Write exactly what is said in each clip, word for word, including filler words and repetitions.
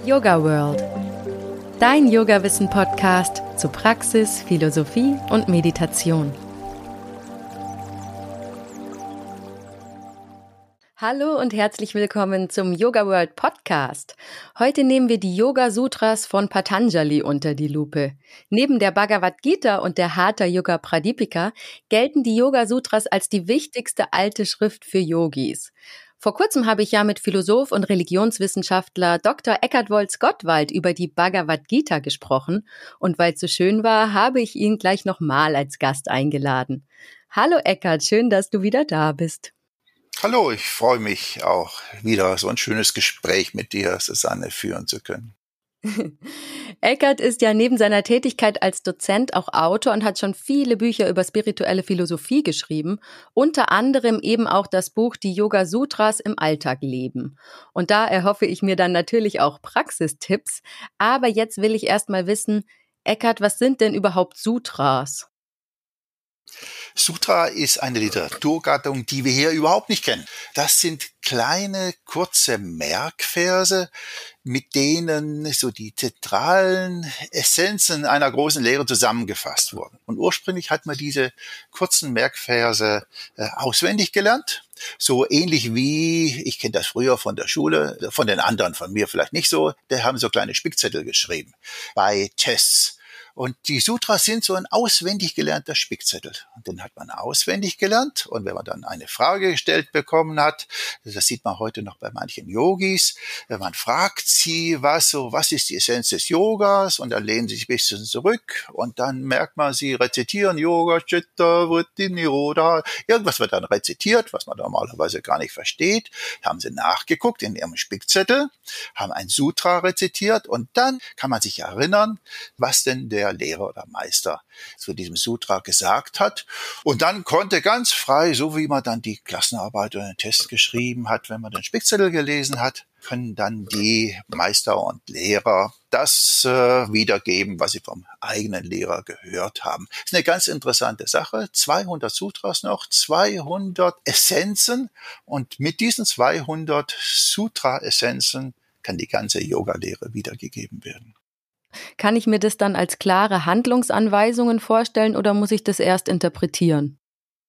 Yoga World. Dein Yoga-Wissen-Podcast zu Praxis, Philosophie und Meditation. Hallo und herzlich willkommen zum Yoga World Podcast. Heute nehmen wir die Yoga Sutras von Patanjali unter die Lupe. Neben der Bhagavad Gita und der Hatha Yoga Pradipika gelten die Yoga Sutras als die wichtigste alte Schrift für Yogis. Vor kurzem habe ich ja mit Philosoph und Religionswissenschaftler Doktor Eckhard Wolz-Gottwald über die Bhagavad Gita gesprochen und weil es so schön war, habe ich ihn gleich nochmal als Gast eingeladen. Hallo Eckhard, schön, dass du wieder da bist. Hallo, ich freue mich auch wieder so ein schönes Gespräch mit dir, Susanne, führen zu können. Eckhard ist ja neben seiner Tätigkeit als Dozent auch Autor und hat schon viele Bücher über spirituelle Philosophie geschrieben, unter anderem eben auch das Buch Die Yoga Sutras im Alltag leben. Und da erhoffe ich mir dann natürlich auch Praxistipps, aber jetzt will ich erst mal wissen, Eckhard, was sind denn überhaupt Sutras? Sutra ist eine Literaturgattung, die wir hier überhaupt nicht kennen. Das sind kleine, kurze Merkverse, mit denen so die zentralen Essenzen einer großen Lehre zusammengefasst wurden. Und ursprünglich hat man diese kurzen Merkverse äh, auswendig gelernt. So ähnlich wie, ich kenne das früher von der Schule, von den anderen, von mir vielleicht nicht so, die haben so kleine Spickzettel geschrieben bei Tests. Und die Sutras sind so ein auswendig gelernter Spickzettel. Und den hat man auswendig gelernt. Und wenn man dann eine Frage gestellt bekommen hat, das sieht man heute noch bei manchen Yogis, wenn man fragt sie, was so, was ist die Essenz des Yogas? Und dann lehnen sie sich ein bisschen zurück. Und dann merkt man, sie rezitieren Yoga, Chitta, Vritti, Nirodha. Irgendwas wird dann rezitiert, was man normalerweise gar nicht versteht. Haben sie nachgeguckt in ihrem Spickzettel, haben ein Sutra rezitiert. Und dann kann man sich erinnern, was denn der Lehrer oder Meister zu diesem Sutra gesagt hat. Und dann konnte ganz frei, so wie man dann die Klassenarbeit oder den Test geschrieben hat, wenn man den Spickzettel gelesen hat, können dann die Meister und Lehrer das äh, wiedergeben, was sie vom eigenen Lehrer gehört haben. Das ist eine ganz interessante Sache. zweihundert Sutras noch, zweihundert Essenzen. Und mit diesen zweihundert Sutra-Essenzen kann die ganze Yoga-Lehre wiedergegeben werden. Kann ich mir das dann als klare Handlungsanweisungen vorstellen oder muss ich das erst interpretieren?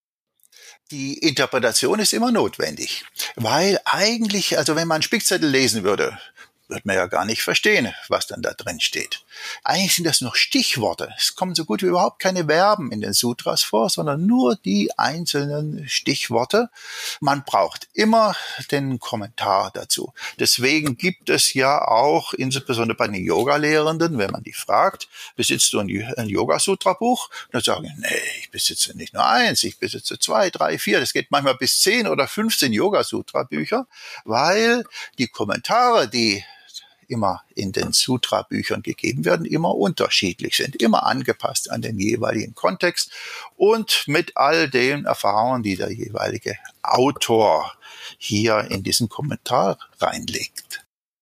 Die Interpretation ist immer notwendig, weil eigentlich, also wenn man einen Spickzettel lesen würde, wird man ja gar nicht verstehen, was dann da drin steht. Eigentlich sind das noch Stichworte. Es kommen so gut wie überhaupt keine Verben in den Sutras vor, sondern nur die einzelnen Stichworte. Man braucht immer den Kommentar dazu. Deswegen gibt es ja auch, insbesondere bei den Yoga-Lehrenden, wenn man die fragt, besitzt du ein Yoga-Sutra-Buch? Dann sagen, nee, ich besitze nicht nur eins, ich besitze zwei, drei, vier. Das geht manchmal bis zehn oder fünfzehn Yoga-Sutra-Bücher, weil die Kommentare, die immer in den Sutra-Büchern gegeben werden, immer unterschiedlich sind, immer angepasst an den jeweiligen Kontext und mit all den Erfahrungen, die der jeweilige Autor hier in diesen Kommentar reinlegt.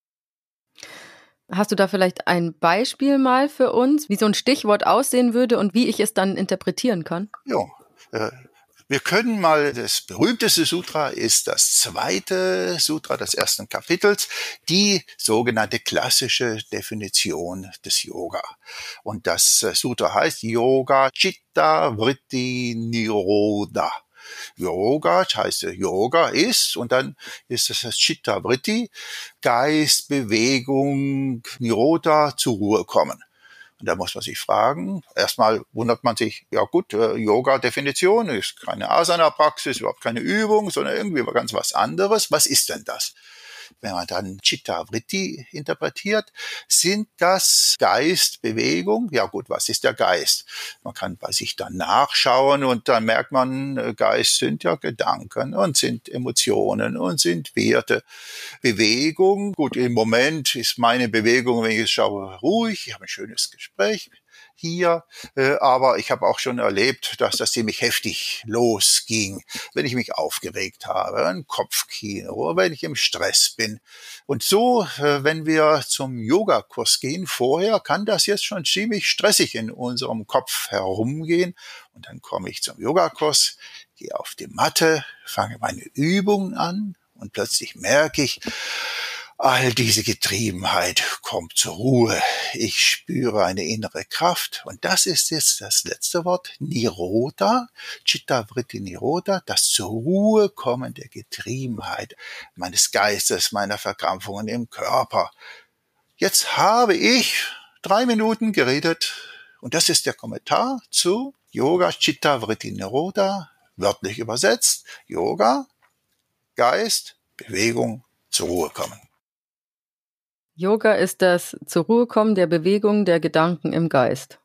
Hast du da vielleicht ein Beispiel mal für uns, wie so ein Stichwort aussehen würde und wie ich es dann interpretieren kann? Ja, äh, wir können mal, das berühmteste Sutra ist das zweite Sutra des ersten Kapitels, die sogenannte klassische Definition des Yoga. Und das Sutra heißt Yoga Chitta Vritti Nirodha. Yoga heißt Yoga ist und dann ist es das Chitta Vritti, Geist, Bewegung, Nirodha, zur Ruhe kommen. Und da muss man sich fragen, erstmal wundert man sich, ja gut, Yoga-Definition ist keine Asana-Praxis, überhaupt keine Übung, sondern irgendwie ganz was anderes. Was ist denn das? Wenn man dann Chitta Vritti interpretiert, sind das Geist, Bewegung? Ja gut, was ist der Geist? Man kann bei sich dann nachschauen und dann merkt man, Geist sind ja Gedanken und sind Emotionen und sind Werte. Bewegung, gut, im Moment ist meine Bewegung, wenn ich es schaue, ruhig, ich habe ein schönes Gespräch hier, äh, aber ich habe auch schon erlebt, dass das ziemlich heftig losging, wenn ich mich aufgeregt habe, ein Kopfkino, wenn ich im Stress bin. Und so, äh, wenn wir zum Yogakurs gehen, vorher kann das jetzt schon ziemlich stressig in unserem Kopf herumgehen. Und dann komme ich zum Yogakurs, gehe auf die Matte, fange meine Übungen an und plötzlich merke ich, All diese Getriebenheit kommt zur Ruhe. Ich spüre eine innere Kraft. Und das ist jetzt das letzte Wort, Nirodha, Chitta Vritti Nirodha, das zur Ruhe kommen der Getriebenheit meines Geistes, meiner Verkrampfungen im Körper. Jetzt habe ich drei Minuten geredet. Und das ist der Kommentar zu Yoga Chitta Vritti Nirodha, wörtlich übersetzt, Yoga, Geist, Bewegung, zur Ruhe kommen. Yoga ist das zur Ruhe kommen der Bewegung der Gedanken im Geist.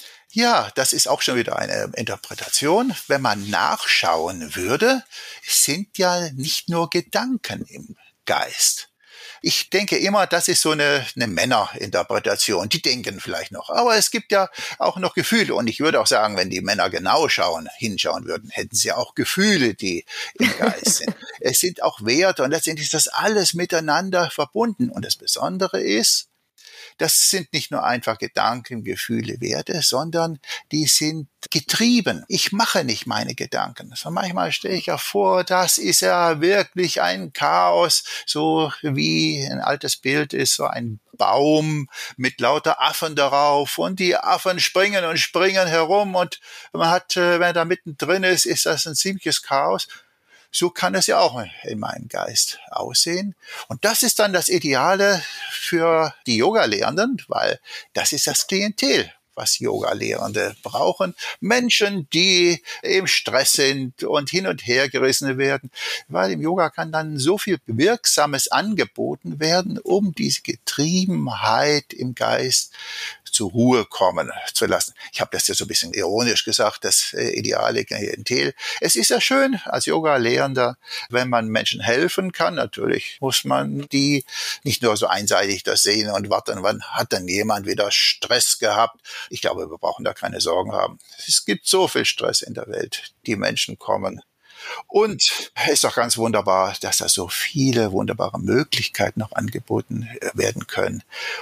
Ja, das ist auch schon wieder eine Interpretation. Wenn man nachschauen würde, es sind ja nicht nur Gedanken im Geist. Ich denke immer, das ist so eine, eine Männerinterpretation. Die denken vielleicht noch. Aber es gibt ja auch noch Gefühle. Und ich würde auch sagen, wenn die Männer genau schauen, hinschauen würden, hätten sie auch Gefühle, die im Geist sind. Es sind auch Werte und letztendlich ist das alles miteinander verbunden. Und das Besondere ist, das sind nicht nur einfach Gedanken, Gefühle, Werte, sondern die sind getrieben. Ich mache nicht meine Gedanken. Also manchmal stelle ich ja vor, das ist ja wirklich ein Chaos, so wie ein altes Bild ist, so ein Baum mit lauter Affen darauf und die Affen springen und springen herum und man hat, wenn er da mittendrin ist, ist das ein ziemliches Chaos. So kann es ja auch in meinem Geist aussehen. Und das ist dann das Ideale für die Yoga-Lehrenden, weil das ist das Klientel, was Yoga-Lehrende brauchen. Menschen, die im Stress sind und hin und her gerissen werden, weil im Yoga kann dann so viel Wirksames angeboten werden, um diese Getriebenheit im Geist zur Ruhe kommen zu lassen. Ich habe das ja so ein bisschen ironisch gesagt, das äh, ideale Klientel. Es ist ja schön als Yoga-Lehrender, wenn man Menschen helfen kann. Natürlich muss man die nicht nur so einseitig das sehen und warten, wann hat dann jemand wieder Stress gehabt. Ich glaube, wir brauchen da keine Sorgen haben. Es gibt so viel Stress in der Welt. Die Menschen kommen. Und es ist auch ganz wunderbar, dass da so viele wunderbare Möglichkeiten noch angeboten werden können,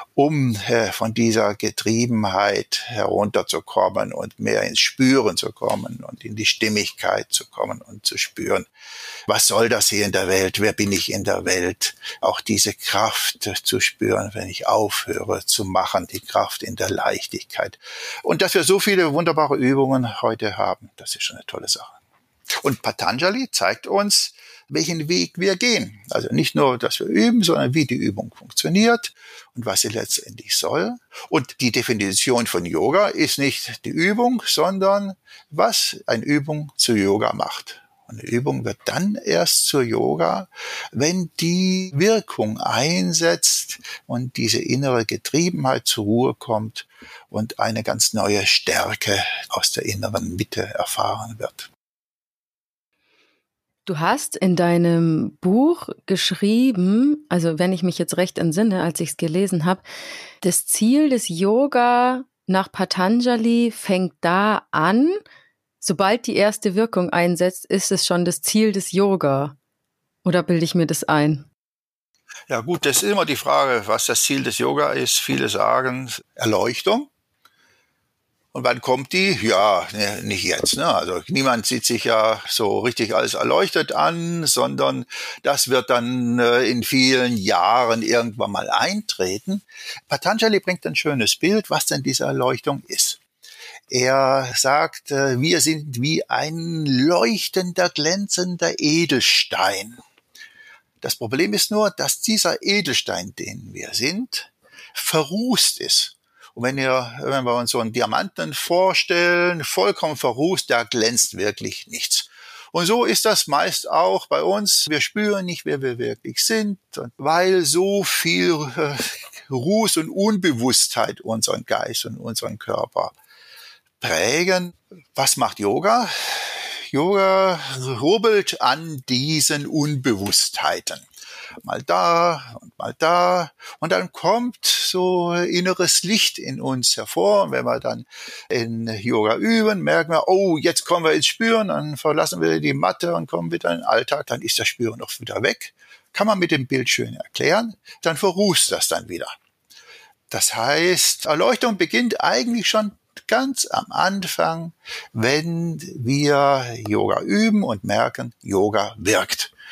um äh, von dieser Getriebenheit herunterzukommen und mehr ins Spüren zu kommen und in die Stimmigkeit zu kommen und zu spüren. Was soll das hier in der Welt? Wer bin ich in der Welt? Auch diese Kraft zu spüren, wenn ich aufhöre zu machen, die Kraft in der Leichtigkeit. Und dass wir so viele wunderbare Übungen heute haben, das ist schon eine tolle Sache. Und Patanjali zeigt uns, welchen Weg wir gehen. Also nicht nur, dass wir üben, sondern wie die Übung funktioniert und was sie letztendlich soll. Und die Definition von Yoga ist nicht die Übung, sondern was eine Übung zu Yoga macht. Und eine Übung wird dann erst zur Yoga, wenn die Wirkung einsetzt und diese innere Getriebenheit zur Ruhe kommt und eine ganz neue Stärke aus der inneren Mitte erfahren wird. Du hast in deinem Buch geschrieben, also wenn ich mich jetzt recht entsinne, als ich es gelesen habe, das Ziel des Yoga nach Patanjali fängt da an, sobald die erste Wirkung einsetzt, ist es schon das Ziel des Yoga. Oder bilde ich mir das ein? Ja gut, das ist immer die Frage, was das Ziel des Yoga ist. Viele sagen Erleuchtung. Und wann kommt die? Ja, ne, nicht jetzt. Ne? Also niemand sieht sich ja so richtig als erleuchtet an, sondern das wird dann äh, in vielen Jahren irgendwann mal eintreten. Patanjali bringt ein schönes Bild, was denn diese Erleuchtung ist. Er sagt, äh, wir sind wie ein leuchtender, glänzender Edelstein. Das Problem ist nur, dass dieser Edelstein, den wir sind, verrußt ist. Und wenn, ihr, wenn wir uns so einen Diamanten vorstellen, vollkommen verrußt, da glänzt wirklich nichts. Und so ist das meist auch bei uns. Wir spüren nicht, wer wir wirklich sind, weil so viel äh, Ruß und Unbewusstheit unseren Geist und unseren Körper prägen. Was macht Yoga? Yoga rubbelt an diesen Unbewusstheiten. Mal da und mal da. Und dann kommt so inneres Licht in uns hervor. Und wenn wir dann in Yoga üben, merken wir, oh, jetzt kommen wir ins Spüren. Dann verlassen wir die Matte und kommen wieder in den Alltag. Dann ist das Spüren auch wieder weg. Kann man mit dem Bild schön erklären. Dann verrußt das dann wieder. Das heißt, Erleuchtung beginnt eigentlich schon ganz am Anfang, wenn wir Yoga üben und merken, Yoga wirkt.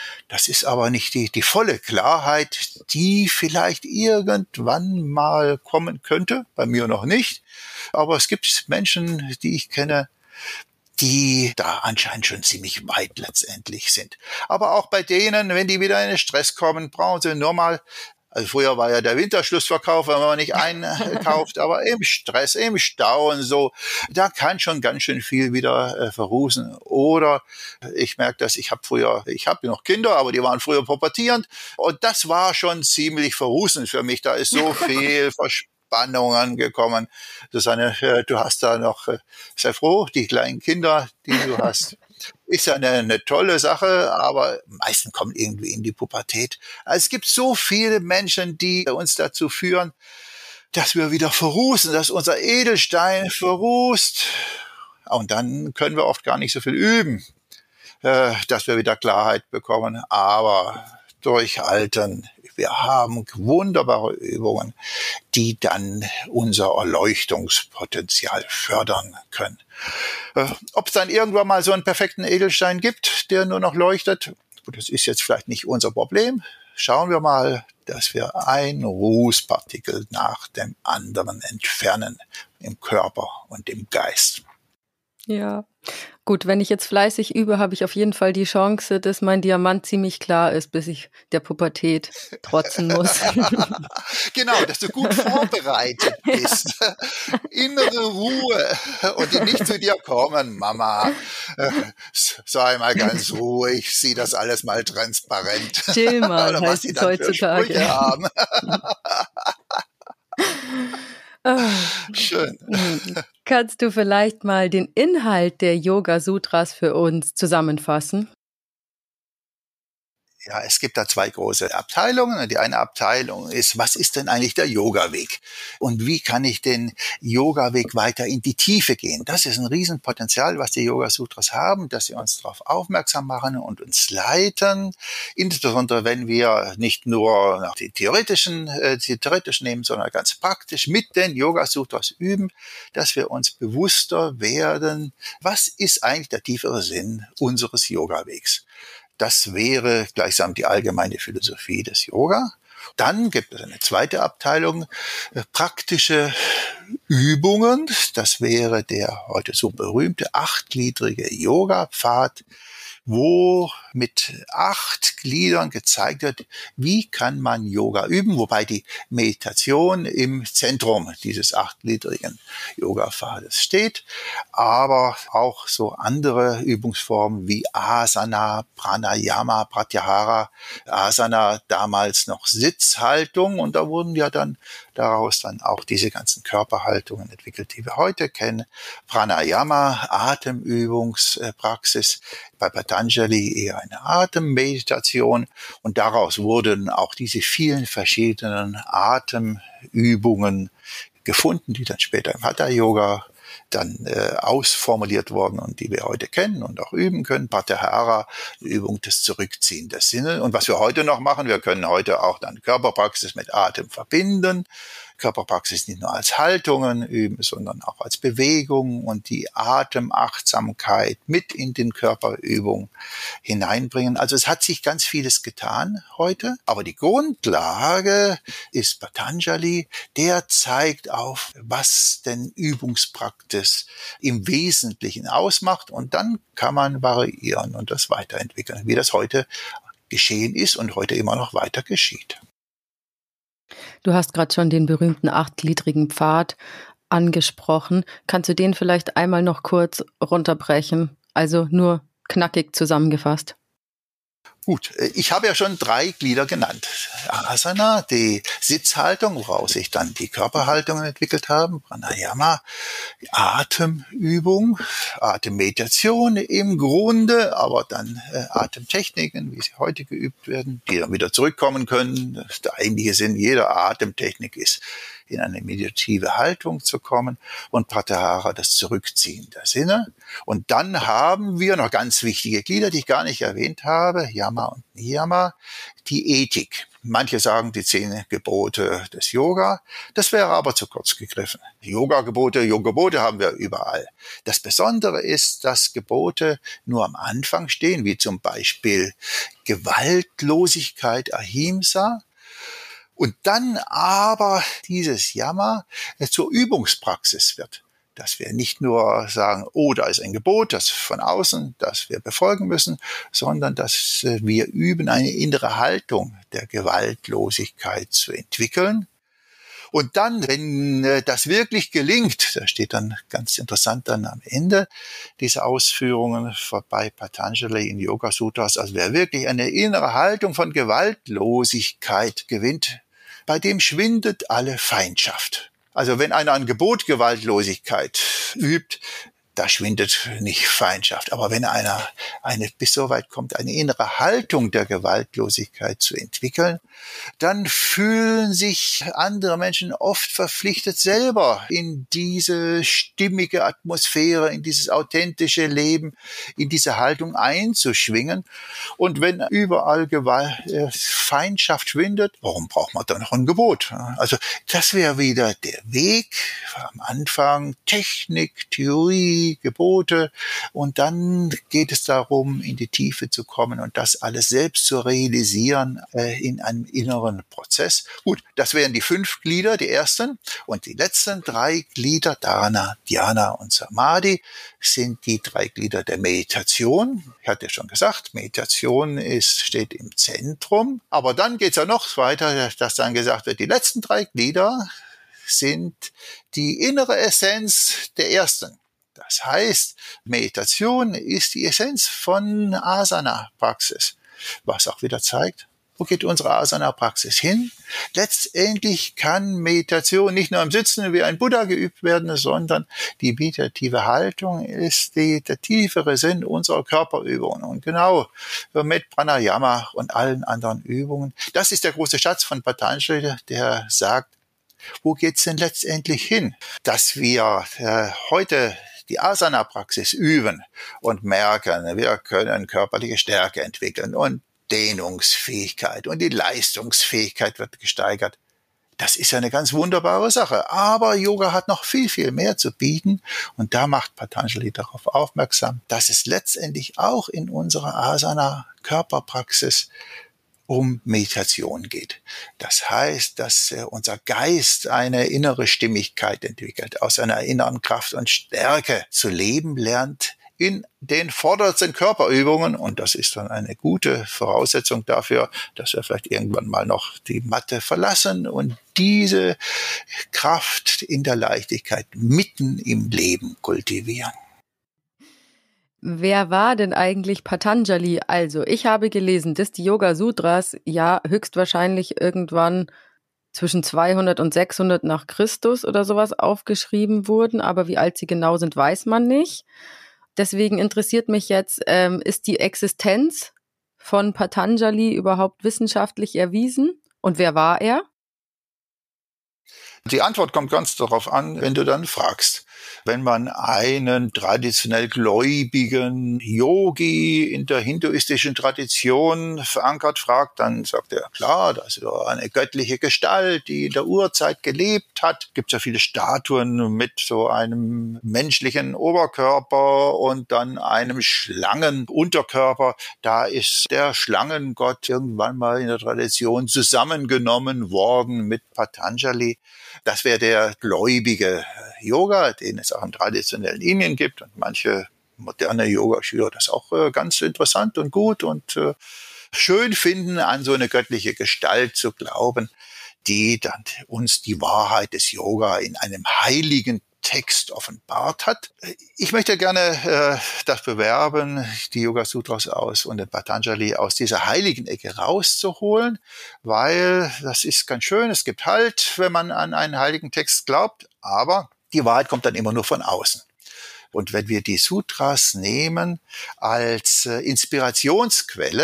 Das ist aber nicht die, die volle Klarheit, die vielleicht irgendwann mal kommen könnte. Bei mir noch nicht. Aber es gibt Menschen, die ich kenne, die da anscheinend schon ziemlich weit letztendlich sind. Aber auch bei denen, wenn die wieder in den Stress kommen, brauchen sie nur mal, also früher war ja der Winterschlussverkauf, wenn man nicht einkauft, aber im Stress, im Stau und so, da kann schon ganz schön viel wieder äh, verrußen. Oder ich merke das, ich habe früher, ich habe noch Kinder, aber die waren früher pubertierend und das war schon ziemlich verrußend für mich. Da ist so viel Verspannung angekommen. Susanne, äh, du hast da noch, äh, sei froh, die kleinen Kinder, die du hast. Ist ja eine, eine tolle Sache, aber meisten kommen irgendwie in die Pubertät. Also es gibt so viele Menschen, die uns dazu führen, dass wir wieder verrußen, dass unser Edelstein verrußt. Und dann können wir oft gar nicht so viel üben, äh, dass wir wieder Klarheit bekommen. Aber durchhalten. Wir haben wunderbare Übungen, die dann unser Erleuchtungspotenzial fördern können. Äh, Ob es dann irgendwann mal so einen perfekten Edelstein gibt, der nur noch leuchtet, gut, das ist jetzt vielleicht nicht unser Problem. Schauen wir mal, dass wir ein Rußpartikel nach dem anderen entfernen im Körper und im Geist. Ja, gut, wenn ich jetzt fleißig übe, habe ich auf jeden Fall die Chance, dass mein Diamant ziemlich klar ist, bis ich der Pubertät trotzen muss. Genau, dass du gut vorbereitet bist. Innere Ruhe und die nicht zu dir kommen, Mama. Sei mal ganz ruhig, sieh das alles mal transparent. Chill mal, oder was heißt sie es dann heutzutage. für Sprüche haben. Ah. Schön. Kannst du vielleicht mal den Inhalt der Yoga Sutras für uns zusammenfassen? Ja, es gibt da zwei große Abteilungen. Die eine Abteilung ist, was ist denn eigentlich der Yoga-Weg? Und wie kann ich den Yoga-Weg weiter in die Tiefe gehen? Das ist ein Riesenpotenzial, was die Yoga-Sutras haben, dass sie uns darauf aufmerksam machen und uns leiten. Insbesondere, wenn wir nicht nur die theoretischen, äh, die theoretisch nehmen, sondern ganz praktisch mit den Yoga-Sutras üben, dass wir uns bewusster werden, was ist eigentlich der tiefere Sinn unseres Yoga-Wegs? Das wäre gleichsam die allgemeine Philosophie des Yoga. Dann gibt es eine zweite Abteilung, äh, praktische Übungen. Das wäre der heute so berühmte achtgliedrige Yoga-Pfad, wo mit acht Gliedern gezeigt wird, wie kann man Yoga üben, wobei die Meditation im Zentrum dieses achtgliedrigen Yoga-Pfades steht, aber auch so andere Übungsformen wie Asana, Pranayama, Pratyahara, Asana damals noch Sitzhaltung und da wurden ja dann daraus dann auch diese ganzen Körperhaltungen entwickelt, die wir heute kennen. Pranayama, Atemübungspraxis, bei Patanjali eher eine Atemmeditation und daraus wurden auch diese vielen verschiedenen Atemübungen gefunden, die dann später im Hatha-Yoga dann äh, ausformuliert wurden und die wir heute kennen und auch üben können. Pratyahara, Übung des Zurückziehen der Sinne. Und was wir heute noch machen, wir können heute auch dann Körperpraxis mit Atem verbinden. Körperpraxis nicht nur als Haltungen üben, sondern auch als Bewegung und die Atemachtsamkeit mit in den Körperübungen hineinbringen. Also es hat sich ganz vieles getan heute, aber die Grundlage ist Patanjali, der zeigt auf, was denn Übungspraxis im Wesentlichen ausmacht und dann kann man variieren und das weiterentwickeln, wie das heute geschehen ist und heute immer noch weiter geschieht. Du hast gerade schon den berühmten achtgliedrigen Pfad angesprochen. Kannst du den vielleicht einmal noch kurz runterbrechen? Also nur knackig zusammengefasst. Gut, ich habe ja schon drei Glieder genannt. Asana, die Sitzhaltung, woraus sich dann die Körperhaltungen entwickelt haben. Pranayama, Atemübung, Atemmeditation im Grunde, aber dann äh, Atemtechniken, wie sie heute geübt werden, die dann wieder zurückkommen können. Der eigentliche Sinn jeder Atemtechnik ist, in eine meditative Haltung zu kommen und Pratyahara, das Zurückziehen der Sinne. Und dann haben wir noch ganz wichtige Glieder, die ich gar nicht erwähnt habe, Yama und Niyama, die Ethik. Manche sagen die zehn Gebote des Yoga. Das wäre aber zu kurz gegriffen. Yoga-Gebote, Yoga-Gebote haben wir überall. Das Besondere ist, dass Gebote nur am Anfang stehen, wie zum Beispiel Gewaltlosigkeit, Ahimsa. Und dann aber dieses Yama zur Übungspraxis wird. Dass wir nicht nur sagen, oh, da ist ein Gebot, das von außen, das wir befolgen müssen, sondern dass wir üben, eine innere Haltung der Gewaltlosigkeit zu entwickeln. Und dann, wenn das wirklich gelingt, da steht dann ganz interessant dann am Ende diese Ausführungen bei Patanjali in Yoga Sutras, also wer wirklich eine innere Haltung von Gewaltlosigkeit gewinnt, bei dem schwindet alle Feindschaft. Also wenn einer ein Gebot Gewaltlosigkeit übt, da schwindet nicht Feindschaft. Aber wenn einer eine bis so weit kommt, eine innere Haltung der Gewaltlosigkeit zu entwickeln, dann fühlen sich andere Menschen oft verpflichtet, selber in diese stimmige Atmosphäre, in dieses authentische Leben, in diese Haltung einzuschwingen. Und wenn überall Gewalt, äh, Feindschaft schwindet, warum braucht man dann noch ein Gebot? Also das wäre wieder der Weg am Anfang, Technik, Theorie, Gebote, und dann geht es darum, in die Tiefe zu kommen und das alles selbst zu realisieren äh, in einem inneren Prozess. Gut, das wären die fünf Glieder, die ersten, und die letzten drei Glieder, Dharana, Dhyana und Samadhi, sind die drei Glieder der Meditation. Ich hatte schon gesagt, Meditation ist, steht im Zentrum, aber dann geht es ja noch weiter, dass dann gesagt wird, die letzten drei Glieder sind die innere Essenz der ersten. Das heißt, Meditation ist die Essenz von Asana-Praxis, was auch wieder zeigt, wo geht unsere Asana-Praxis hin? Letztendlich kann Meditation nicht nur im Sitzen wie ein Buddha geübt werden, sondern die meditative Haltung ist die, der tiefere Sinn unserer Körperübungen. Und genau mit Pranayama und allen anderen Übungen. Das ist der große Schatz von Patanjali, der sagt, wo geht's denn letztendlich hin? Dass wir äh, heute die Asana-Praxis üben und merken, wir können körperliche Stärke entwickeln und Dehnungsfähigkeit und die Leistungsfähigkeit wird gesteigert. Das ist ja eine ganz wunderbare Sache. Aber Yoga hat noch viel, viel mehr zu bieten. Und da macht Patanjali darauf aufmerksam, dass es letztendlich auch in unserer Asana-Körperpraxis um Meditation geht. Das heißt, dass unser Geist eine innere Stimmigkeit entwickelt, aus einer inneren Kraft und Stärke zu leben lernt in den vordersten Körperübungen. Und das ist dann eine gute Voraussetzung dafür, dass wir vielleicht irgendwann mal noch die Matte verlassen und diese Kraft in der Leichtigkeit mitten im Leben kultivieren. Wer war denn eigentlich Patanjali? Also, ich habe gelesen, dass die Yoga Sutras ja höchstwahrscheinlich irgendwann zwischen zweihundert und sechshundert nach Christus oder sowas aufgeschrieben wurden, aber wie alt sie genau sind, weiß man nicht. Deswegen interessiert mich jetzt, ähm, ist die Existenz von Patanjali überhaupt wissenschaftlich erwiesen? Und wer war er? Die Antwort kommt ganz darauf an, wenn du dann fragst. Wenn man einen traditionell gläubigen Yogi in der hinduistischen Tradition verankert fragt, dann sagt er, klar, das ist eine göttliche Gestalt, die in der Urzeit gelebt hat. Es gibt ja viele Statuen mit so einem menschlichen Oberkörper und dann einem Schlangenunterkörper. Da ist der Schlangengott irgendwann mal in der Tradition zusammengenommen worden mit Patanjali. Das wäre der gläubige Yoga, den es auch im traditionellen Indien gibt. Und manche moderne Yoga-Schüler das auch äh, ganz interessant und gut und äh, schön finden, an so eine göttliche Gestalt zu glauben, die dann uns die Wahrheit des Yoga in einem heiligen Text offenbart hat. Ich möchte gerne äh, das bewerben, die Yoga Sutras aus und den Patanjali aus dieser heiligen Ecke rauszuholen, weil das ist ganz schön, es gibt Halt, wenn man an einen heiligen Text glaubt, aber die Wahrheit kommt dann immer nur von außen. Und wenn wir die Sutras nehmen als äh, Inspirationsquelle,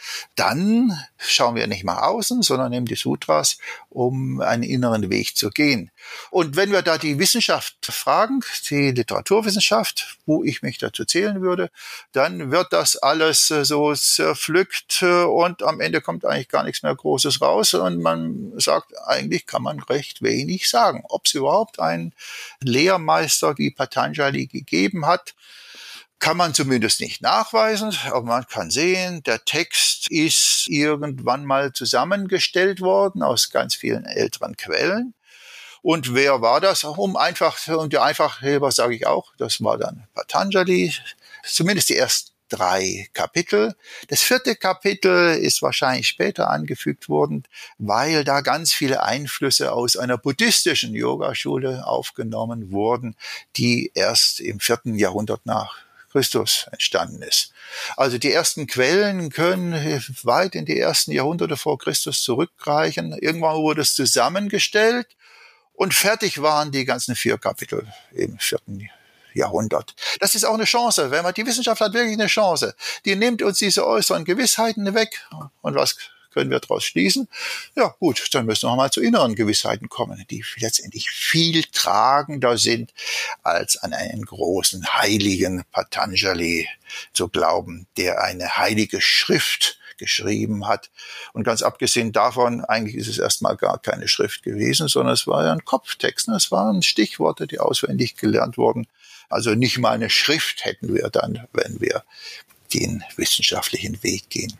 dann schauen wir nicht nach außen, sondern nehmen die Sutras, um einen inneren Weg zu gehen. Und wenn wir da die Wissenschaft fragen, die Literaturwissenschaft, wo ich mich dazu zählen würde, dann wird das alles so zerpflückt und am Ende kommt eigentlich gar nichts mehr Großes raus und man sagt, eigentlich kann man recht wenig sagen. Ob es überhaupt einen Lehrmeister wie Patanjali gegeben hat, kann man zumindest nicht nachweisen, aber man kann sehen, der Text ist irgendwann mal zusammengestellt worden aus ganz vielen älteren Quellen. Und wer war das? Um einfach, und der Einfachheber sage ich auch, das war dann Patanjali, zumindest die ersten drei Kapitel. Das vierte Kapitel ist wahrscheinlich später angefügt worden, weil da ganz viele Einflüsse aus einer buddhistischen Yogaschule aufgenommen wurden, die erst im vierten Jahrhundert nach Christus entstanden ist. Also die ersten Quellen können weit in die ersten Jahrhunderte vor Christus zurückreichen. Irgendwann wurde es zusammengestellt und fertig waren die ganzen vier Kapitel im vierten Jahrhundert. Das ist auch eine Chance, wenn man, die Wissenschaft hat wirklich eine Chance. Die nimmt uns diese äußeren Gewissheiten weg. Und was können wir daraus schließen? Ja gut, dann müssen wir mal zu inneren Gewissheiten kommen, die letztendlich viel tragender sind, als an einen großen heiligen Patanjali zu glauben, der eine heilige Schrift geschrieben hat. Und ganz abgesehen davon, eigentlich ist es erstmal gar keine Schrift gewesen, sondern es war ja ein Kopftext. Es waren Stichworte, die auswendig gelernt wurden. Also nicht mal eine Schrift hätten wir dann, wenn wir den wissenschaftlichen Weg gehen.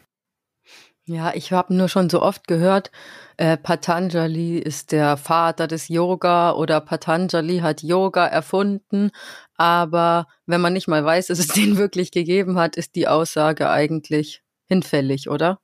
Ja, ich habe nur schon so oft gehört, äh, Patanjali ist der Vater des Yoga oder Patanjali hat Yoga erfunden. Aber wenn man nicht mal weiß, dass es den wirklich gegeben hat, ist die Aussage eigentlich hinfällig, oder?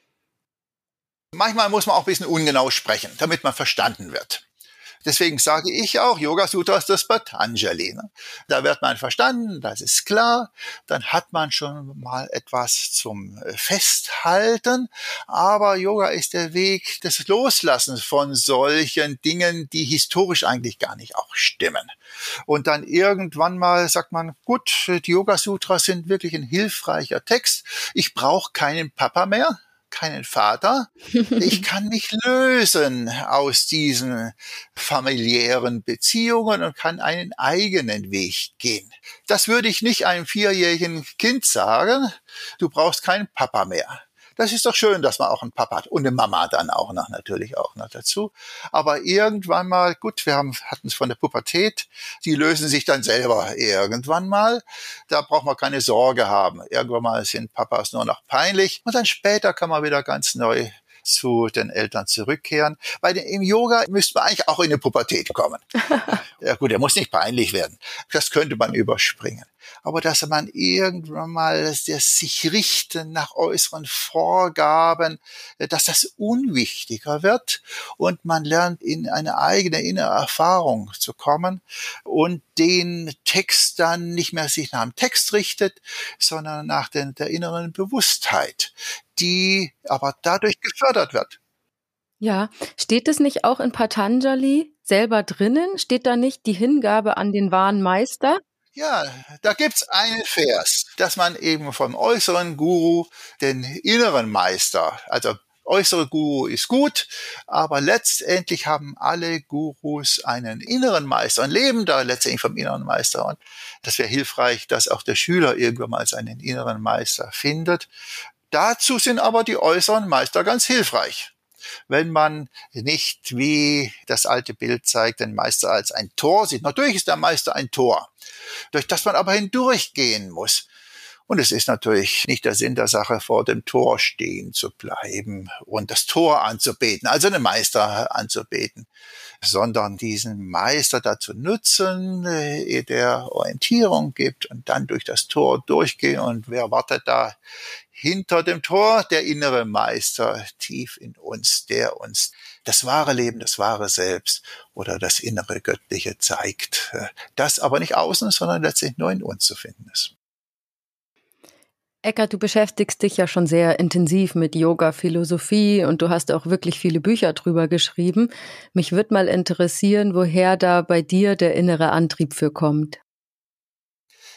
Manchmal muss man auch ein bisschen ungenau sprechen, damit man verstanden wird. Deswegen sage ich auch, Yoga Sutras des Patanjali. Ne? Da wird man verstanden, das ist klar. Dann hat man schon mal etwas zum Festhalten. Aber Yoga ist der Weg des Loslassens von solchen Dingen, die historisch eigentlich gar nicht auch stimmen. Und dann irgendwann mal sagt man, gut, die Yoga Sutras sind wirklich ein hilfreicher Text. Ich brauche keinen Papa mehr. Keinen Vater. Ich kann mich lösen aus diesen familiären Beziehungen und kann einen eigenen Weg gehen. Das würde ich nicht einem vierjährigen Kind sagen. Du brauchst keinen Papa mehr. Das ist doch schön, dass man auch einen Papa hat und eine Mama dann auch noch, natürlich auch noch dazu. Aber irgendwann mal, gut, wir haben, hatten es von der Pubertät, die lösen sich dann selber irgendwann mal. Da braucht man keine Sorge haben. Irgendwann mal sind Papas nur noch peinlich und dann später kann man wieder ganz neu zu den Eltern zurückkehren. Weil im Yoga müsste man eigentlich auch in eine Pubertät kommen. Ja gut, er muss nicht peinlich werden. Das könnte man überspringen. Aber dass man irgendwann mal das sich richten nach äußeren Vorgaben, dass das unwichtiger wird und man lernt, in eine eigene innere Erfahrung zu kommen und den Text dann nicht mehr sich nach dem Text richtet, sondern nach den, der inneren Bewusstheit, die aber dadurch gefördert wird. Ja, steht es nicht auch in Patanjali selber drinnen? Steht da nicht die Hingabe an den wahren Meister? Ja, da gibt's einen Vers, dass man eben vom äußeren Guru den inneren Meister, also äußere Guru ist gut, aber letztendlich haben alle Gurus einen inneren Meister und leben da letztendlich vom inneren Meister. Und das wäre hilfreich, dass auch der Schüler irgendwann mal seinen inneren Meister findet. Dazu sind aber die äußeren Meister ganz hilfreich. Wenn man nicht, wie das alte Bild zeigt, den Meister als ein Tor sieht. Natürlich ist der Meister ein Tor, durch das man aber hindurchgehen muss. Und es ist natürlich nicht der Sinn der Sache, vor dem Tor stehen zu bleiben und das Tor anzubeten, also den Meister anzubeten, sondern diesen Meister dazu nutzen, der Orientierung gibt und dann durch das Tor durchgehen. Und wer wartet da hinter dem Tor? Der innere Meister tief in uns, der uns das wahre Leben, das wahre Selbst oder das innere Göttliche zeigt. Das aber nicht außen, sondern letztendlich nur in uns zu finden ist. Eckhart, du beschäftigst dich ja schon sehr intensiv mit Yoga-Philosophie und du hast auch wirklich viele Bücher drüber geschrieben. Mich würde mal interessieren, woher da bei dir der innere Antrieb für kommt.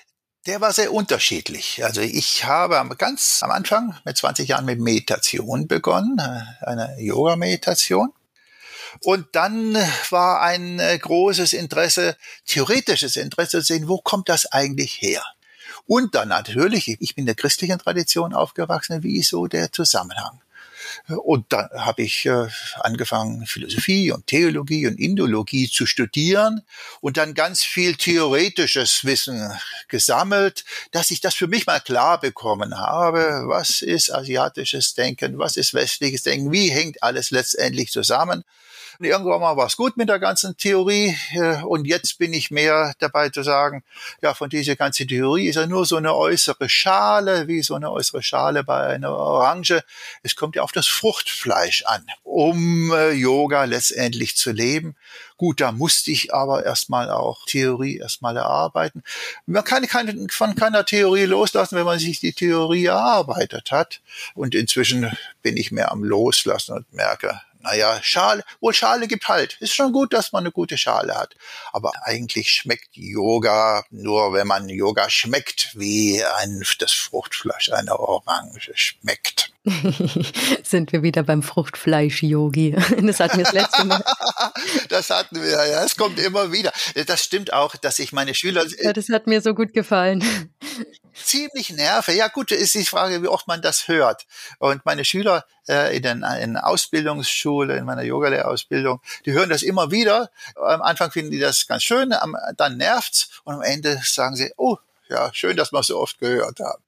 Der war sehr unterschiedlich. Also ich habe ganz am Anfang mit zwanzig Jahren mit Meditation begonnen, eine Yoga-Meditation. Und dann war ein großes Interesse, theoretisches Interesse zu sehen, wo kommt das eigentlich her? Und dann natürlich, ich bin in der christlichen Tradition aufgewachsen, wie ist so der Zusammenhang? Und dann habe ich äh, angefangen, Philosophie und Theologie und Indologie zu studieren und dann ganz viel theoretisches Wissen gesammelt, dass ich das für mich mal klar bekommen habe. Was ist asiatisches Denken? Was ist westliches Denken? Wie hängt alles letztendlich zusammen? Und irgendwann mal war es gut mit der ganzen Theorie und jetzt bin ich mehr dabei zu sagen, ja, von dieser ganzen Theorie ist ja nur so eine äußere Schale, wie so eine äußere Schale bei einer Orange. Es kommt ja auf das Fruchtfleisch an, um äh, Yoga letztendlich zu leben. Gut, da musste ich aber erstmal auch Theorie erstmal erarbeiten. Man kann keine, von keiner Theorie loslassen, wenn man sich die Theorie erarbeitet hat. Und inzwischen bin ich mehr am Loslassen und merke, naja, Schale, wohl Schale gibt halt. Ist schon gut, dass man eine gute Schale hat. Aber eigentlich schmeckt Yoga nur, wenn man Yoga schmeckt, wie ein, das Fruchtfleisch einer Orange schmeckt. Sind wir wieder beim Fruchtfleisch-Yogi. Das hatten wir das letzte Mal. Das hatten wir, ja. Es kommt immer wieder. Das stimmt auch, dass ich meine Schüler... Ja, das hat mir so gut gefallen. Ziemlich nerve. Ja gut, ist die Frage, wie oft man das hört. Und meine Schüler äh, in der in Ausbildungsschule, in meiner Yogalehrausbildung, die hören das immer wieder. Am Anfang finden die das ganz schön, am, dann nervt's und am Ende sagen sie, oh, ja, schön, dass wir es so oft gehört haben.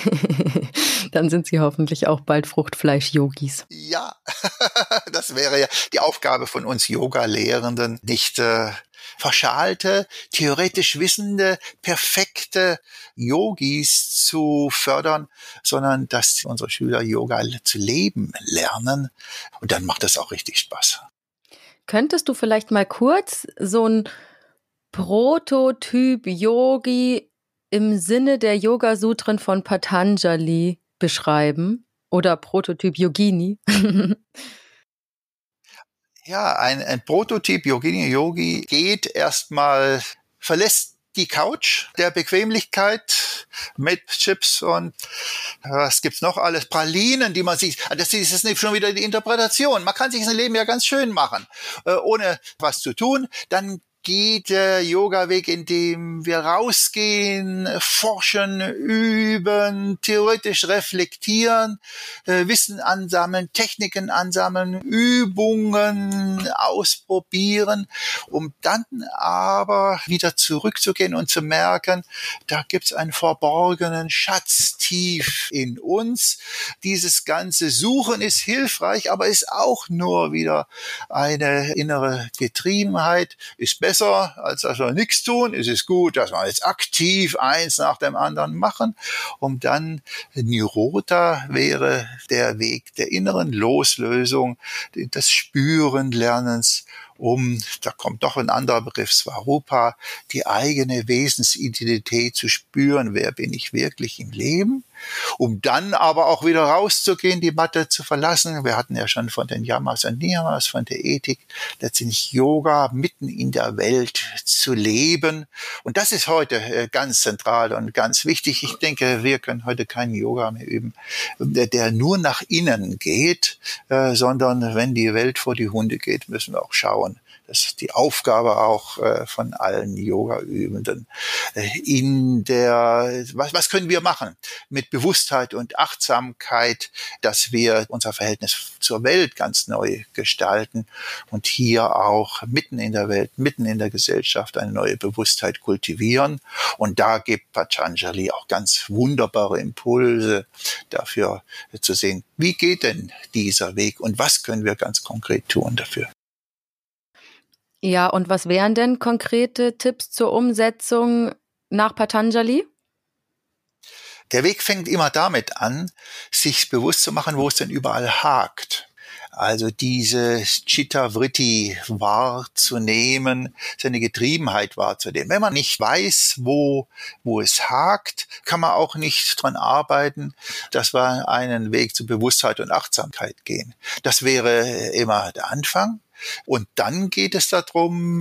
Dann sind Sie hoffentlich auch bald Fruchtfleisch-Yogis. Ja, das wäre ja die Aufgabe von uns Yoga-Lehrenden, nicht äh, verschalte, theoretisch wissende, perfekte Yogis zu fördern, sondern dass unsere Schüler Yoga zu leben lernen. Und dann macht das auch richtig Spaß. Könntest du vielleicht mal kurz so ein Prototyp-Yogi im Sinne der Yoga-Sutren von Patanjali beschreiben? Oder Prototyp-Yogini? Ja, ein, ein Prototyp Yogini-Yogi geht erstmal, verlässt die Couch der Bequemlichkeit mit Chips und was gibt's noch alles? Pralinen, die man sieht. Das ist nicht schon wieder die Interpretation. Man kann sich sein Leben ja ganz schön machen, ohne was zu tun. Dann geht der Yoga-Weg, in dem wir rausgehen, forschen, üben, theoretisch reflektieren, äh, Wissen ansammeln, Techniken ansammeln, Übungen ausprobieren, um dann aber wieder zurückzugehen und zu merken, da gibt's einen verborgenen Schatz tief in uns. Dieses ganze Suchen ist hilfreich, aber ist auch nur wieder eine innere Getriebenheit, ist besser als dass wir nichts tun. Es ist gut, dass wir jetzt aktiv eins nach dem anderen machen, um dann Nirota wäre der Weg der inneren Loslösung, des Spürenlernens, um, da kommt noch ein anderer Begriff, Svarupa, die eigene Wesensidentität zu spüren, wer bin ich wirklich im Leben, um dann aber auch wieder rauszugehen, die Matte zu verlassen. Wir hatten ja schon von den Yamas und Niyamas, von der Ethik, letztendlich Yoga mitten in der Welt zu leben. Und das ist heute ganz zentral und ganz wichtig. Ich denke, wir können heute keinen Yoga mehr üben, der, der nur nach innen geht, äh, sondern wenn die Welt vor die Hunde geht, müssen wir auch schauen. Das ist die Aufgabe auch äh, von allen Yoga-Übenden. Äh, in der, was, was können wir machen mit Bewusstheit und Achtsamkeit, dass wir unser Verhältnis zur Welt ganz neu gestalten und hier auch mitten in der Welt, mitten in der Gesellschaft eine neue Bewusstheit kultivieren. Und da gibt Patanjali auch ganz wunderbare Impulse dafür äh, zu sehen, wie geht denn dieser Weg und was können wir ganz konkret tun dafür. Ja, und was wären denn konkrete Tipps zur Umsetzung nach Patanjali? Der Weg fängt immer damit an, sich bewusst zu machen, wo es denn überall hakt. Also diese Chitta-Vritti wahrzunehmen, seine Getriebenheit wahrzunehmen. Wenn man nicht weiß, wo, wo es hakt, kann man auch nicht dran arbeiten, dass wir einen Weg zu Bewusstheit und Achtsamkeit gehen. Das wäre immer der Anfang. Und dann geht es darum,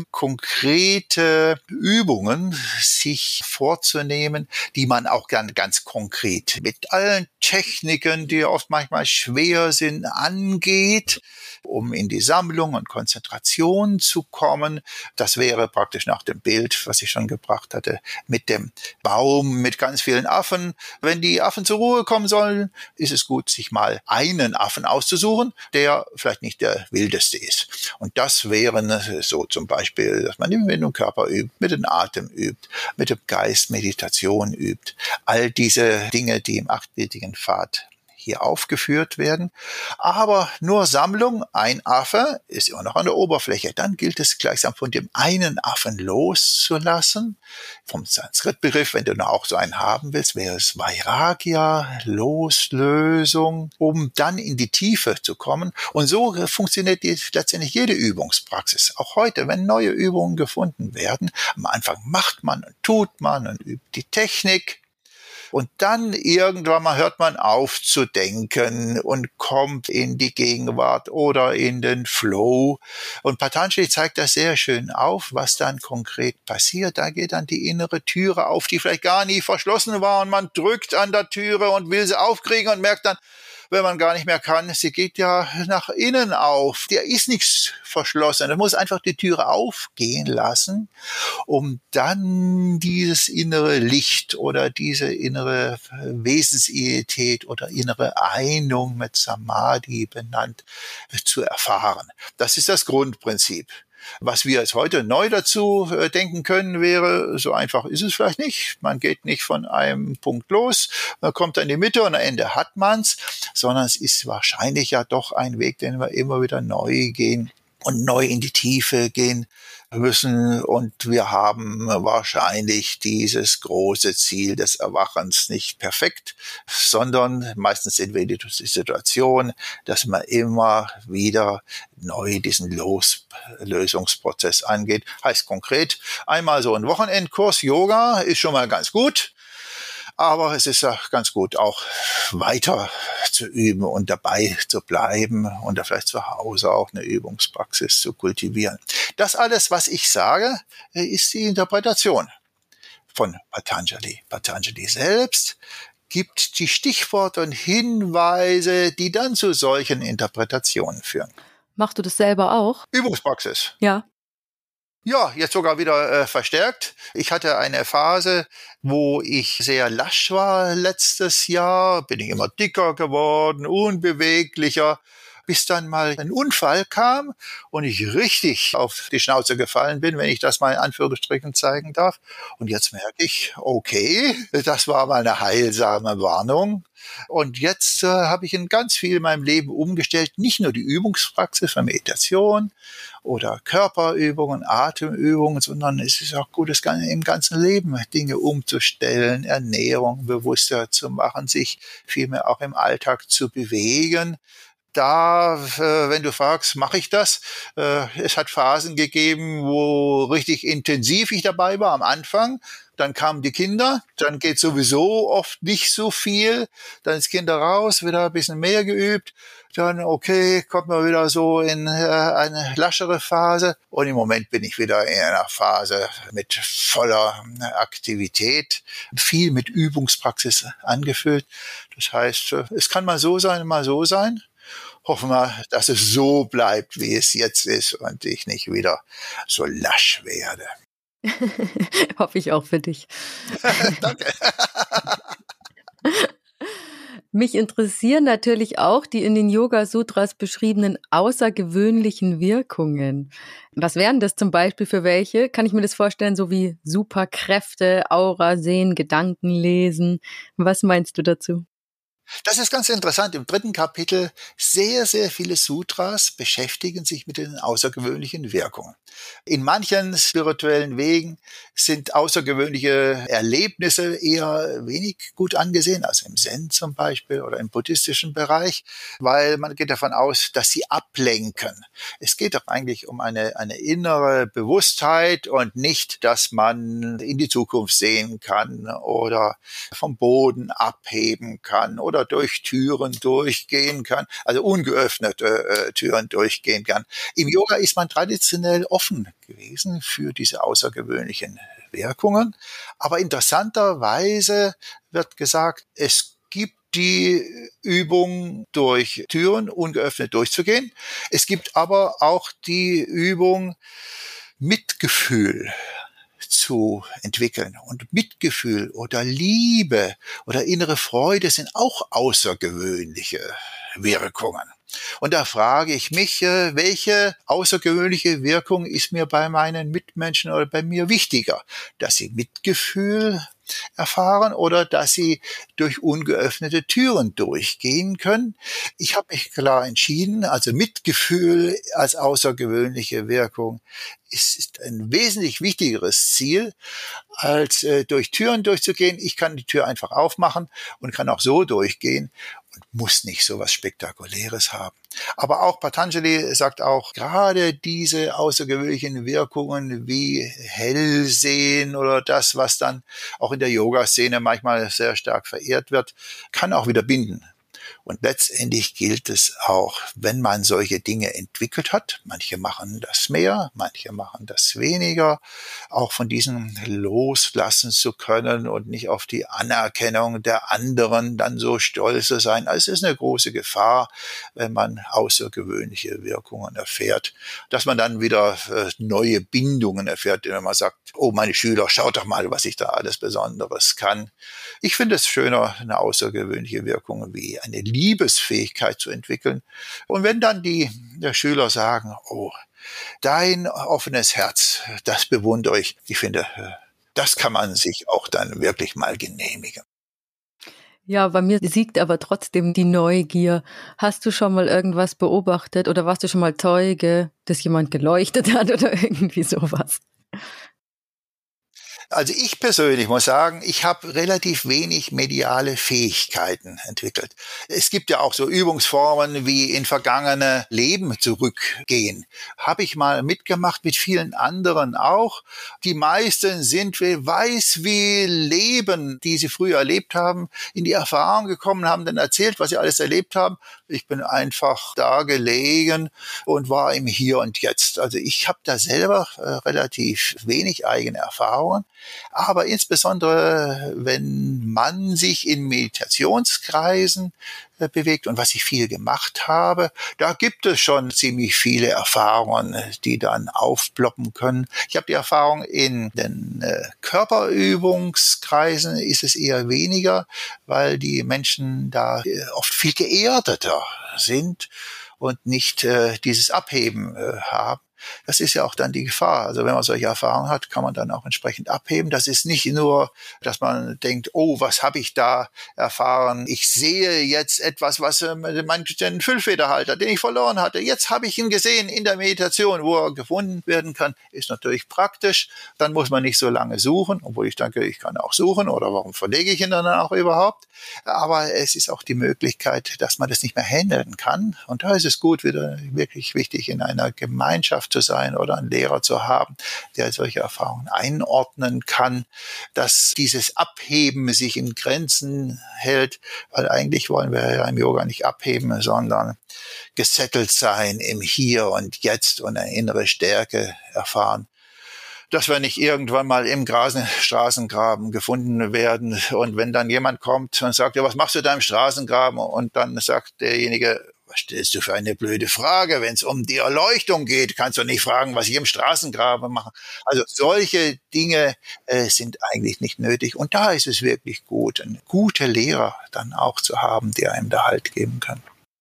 konkrete Übungen sich vorzunehmen, die man auch ganz, ganz konkret mit allen Techniken, die oft manchmal schwer sind, angeht, um in die Sammlung und Konzentration zu kommen. Das wäre praktisch nach dem Bild, was ich schon gebracht hatte, mit dem Baum mit ganz vielen Affen. Wenn die Affen zur Ruhe kommen sollen, ist es gut, sich mal einen Affen auszusuchen, der vielleicht nicht der wildeste ist. Und das wären so zum Beispiel, dass man mit dem Körper übt, mit dem Atem übt, mit dem Geist Meditation übt. All diese Dinge, die im achtbildigen Pfad hier aufgeführt werden. Aber nur Sammlung, ein Affe, ist immer noch an der Oberfläche. Dann gilt es gleichsam von dem einen Affen loszulassen. Vom Sanskrit-Begriff, wenn du noch auch so einen haben willst, wäre es Vairagya, Loslösung, um dann in die Tiefe zu kommen. Und so funktioniert die, letztendlich jede Übungspraxis. Auch heute, wenn neue Übungen gefunden werden, am Anfang macht man und tut man und übt die Technik. Und dann irgendwann mal hört man auf zu denken und kommt in die Gegenwart oder in den Flow. Und Patanjali zeigt das sehr schön auf, was dann konkret passiert. Da geht dann die innere Türe auf, die vielleicht gar nie verschlossen war, und man drückt an der Türe und will sie aufkriegen und merkt dann, wenn man gar nicht mehr kann, sie geht ja nach innen auf. Der ist nichts verschlossen. Er muss einfach die Türe aufgehen lassen, um dann dieses innere Licht oder diese innere Wesensidentität oder innere Einung mit Samadhi benannt zu erfahren. Das ist das Grundprinzip. Was wir jetzt heute neu dazu denken können, wäre, so einfach ist es vielleicht nicht. Man geht nicht von einem Punkt los, man kommt in die Mitte und am Ende hat man's, sondern es ist wahrscheinlich ja doch ein Weg, den wir immer wieder neu gehen und neu in die Tiefe gehen müssen. Und wir haben wahrscheinlich dieses große Ziel des Erwachens nicht perfekt, sondern meistens sind wir in die Situation, dass man immer wieder neu diesen Loslösungsprozess angeht. Heißt konkret, einmal so ein Wochenendkurs Yoga ist schon mal ganz gut. Aber es ist ja ganz gut, auch weiter zu üben und dabei zu bleiben und da vielleicht zu Hause auch eine Übungspraxis zu kultivieren. Das alles, was ich sage, ist die Interpretation von Patanjali. Patanjali selbst gibt die Stichworte und Hinweise, die dann zu solchen Interpretationen führen. Machst du das selber auch? Übungspraxis. Ja. Ja, jetzt sogar wieder äh, verstärkt. Ich hatte eine Phase, wo ich sehr lasch war letztes Jahr, bin ich immer dicker geworden, unbeweglicher, bis dann mal ein Unfall kam und ich richtig auf die Schnauze gefallen bin, wenn ich das mal in Anführungsstrichen zeigen darf. Und jetzt merke ich, okay, das war mal eine heilsame Warnung. Und jetzt äh, habe ich in ganz viel in meinem Leben umgestellt, nicht nur die Übungspraxis von Meditation oder Körperübungen, Atemübungen, sondern es ist auch gut, das im ganzen Leben Dinge umzustellen, Ernährung bewusster zu machen, sich vielmehr auch im Alltag zu bewegen. Da, äh, wenn du fragst, mache ich das? Äh, es hat Phasen gegeben, wo richtig intensiv ich dabei war am Anfang. Dann kamen die Kinder, dann geht sowieso oft nicht so viel. Dann ist Kinder raus, wieder ein bisschen mehr geübt. Dann, okay, kommt man wieder so in äh, eine laschere Phase. Und im Moment bin ich wieder in einer Phase mit voller Aktivität, viel mit Übungspraxis angefüllt. Das heißt, es kann mal so sein, mal so sein. Hoffen wir, dass es so bleibt, wie es jetzt ist und ich nicht wieder so lasch werde. Hoffe ich auch für dich. Danke. Mich interessieren natürlich auch die in den Yoga-Sutras beschriebenen außergewöhnlichen Wirkungen. Was wären das zum Beispiel für welche? Kann ich mir das vorstellen, so wie Superkräfte, Aura sehen, Gedanken lesen? Was meinst du dazu? Das ist ganz interessant. Im dritten Kapitel sehr, sehr viele Sutras beschäftigen sich mit den außergewöhnlichen Wirkungen. In manchen spirituellen Wegen sind außergewöhnliche Erlebnisse eher wenig gut angesehen, also im Zen zum Beispiel oder im buddhistischen Bereich, weil man geht davon aus, dass sie ablenken. Es geht doch eigentlich um eine, eine innere Bewusstheit und nicht, dass man in die Zukunft sehen kann oder vom Boden abheben kann oder oder durch Türen durchgehen kann, also ungeöffnete äh, Türen durchgehen kann. Im Yoga ist man traditionell offen gewesen für diese außergewöhnlichen Wirkungen. Aber interessanterweise wird gesagt, es gibt die Übung, durch Türen ungeöffnet durchzugehen. Es gibt aber auch die Übung, Mitgefühl zu entwickeln. Und Mitgefühl oder Liebe oder innere Freude sind auch außergewöhnliche Wirkungen. Und da frage ich mich, welche außergewöhnliche Wirkung ist mir bei meinen Mitmenschen oder bei mir wichtiger? Dass sie Mitgefühl erfahren oder dass sie durch ungeöffnete Türen durchgehen können. Ich habe mich klar entschieden, also Mitgefühl als außergewöhnliche Wirkung ist ein wesentlich wichtigeres Ziel, als äh, durch Türen durchzugehen. Ich kann die Tür einfach aufmachen und kann auch so durchgehen und muss nicht so was Spektakuläres haben. Aber auch Patanjali sagt auch, gerade diese außergewöhnlichen Wirkungen wie Hellsehen oder das, was dann auch in der Yoga-Szene manchmal sehr stark verehrt wird, kann auch wieder binden. Und letztendlich gilt es auch, wenn man solche Dinge entwickelt hat, manche machen das mehr, manche machen das weniger, auch von diesen loslassen zu können und nicht auf die Anerkennung der anderen dann so stolz zu sein. Also es ist eine große Gefahr, wenn man außergewöhnliche Wirkungen erfährt, dass man dann wieder neue Bindungen erfährt, wenn man sagt, oh meine Schüler, schaut doch mal, was ich da alles Besonderes kann. Ich finde es schöner, eine außergewöhnliche Wirkung wie eine Liebesfähigkeit zu entwickeln. Und wenn dann die der Schüler sagen, oh, dein offenes Herz, das bewundere ich. Ich finde, das kann man sich auch dann wirklich mal genehmigen. Ja, bei mir siegt aber trotzdem die Neugier. Hast du schon mal irgendwas beobachtet oder warst du schon mal Zeuge, dass jemand geleuchtet hat oder irgendwie sowas? Also ich persönlich muss sagen, ich habe relativ wenig mediale Fähigkeiten entwickelt. Es gibt ja auch so Übungsformen wie in vergangene Leben zurückgehen. Habe ich mal mitgemacht, mit vielen anderen auch. Die meisten sind, wer weiß wie Leben, die sie früher erlebt haben, in die Erfahrung gekommen, haben dann erzählt, was sie alles erlebt haben. Ich bin einfach da gelegen und war im Hier und Jetzt. Also ich habe da selber äh, relativ wenig eigene Erfahrungen. Aber insbesondere, wenn man sich in Meditationskreisen äh, bewegt und was ich viel gemacht habe, da gibt es schon ziemlich viele Erfahrungen, die dann aufploppen können. Ich habe die Erfahrung, in den äh, Körperübungskreisen ist es eher weniger, weil die Menschen da äh, oft viel geerdeter sind und nicht äh, dieses Abheben äh, haben. Das ist ja auch dann die Gefahr. Also wenn man solche Erfahrungen hat, kann man dann auch entsprechend abheben. Das ist nicht nur, dass man denkt, oh, was habe ich da erfahren? Ich sehe jetzt etwas, was äh, mein den Füllfederhalter, den ich verloren hatte. Jetzt habe ich ihn gesehen in der Meditation, wo er gefunden werden kann. Ist natürlich praktisch. Dann muss man nicht so lange suchen, obwohl ich denke, ich kann auch suchen. Oder warum verlege ich ihn dann auch überhaupt? Aber es ist auch die Möglichkeit, dass man das nicht mehr handeln kann. Und da ist es gut, wieder wirklich wichtig, in einer Gemeinschaft zu sein oder einen Lehrer zu haben, der solche Erfahrungen einordnen kann, dass dieses Abheben sich in Grenzen hält, weil eigentlich wollen wir ja im Yoga nicht abheben, sondern gesettelt sein im Hier und Jetzt und eine innere Stärke erfahren. Dass wir nicht irgendwann mal im Straßengraben gefunden werden und wenn dann jemand kommt und sagt, ja, was machst du da im Straßengraben? Und dann sagt derjenige, was stellst du für eine blöde Frage? Wenn es um die Erleuchtung geht, kannst du nicht fragen, was ich im Straßengraben mache. Also solche Dinge äh, sind eigentlich nicht nötig. Und da ist es wirklich gut, einen guten Lehrer dann auch zu haben, der einem da Halt geben kann.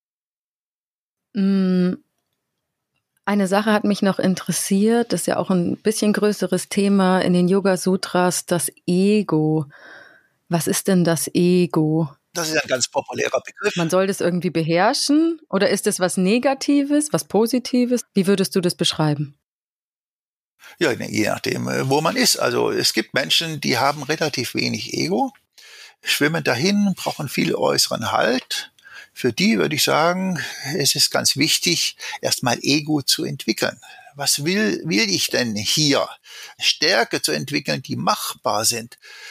Eine Sache hat mich noch interessiert, das ist ja auch ein bisschen größeres Thema in den Yoga-Sutras, das Ego. Was ist denn das Ego? Das ist ein ganz populärer Begriff. Man soll das irgendwie beherrschen oder ist es was Negatives, was Positives? Wie würdest du das beschreiben? Ja, je nachdem, wo man ist. Also es gibt Menschen, die haben relativ wenig Ego, schwimmen dahin, brauchen viel äußeren Halt. Für die würde ich sagen, es ist ganz wichtig, erstmal Ego zu entwickeln. Was will, will ich denn hier? Stärke zu entwickeln, die machbar sind.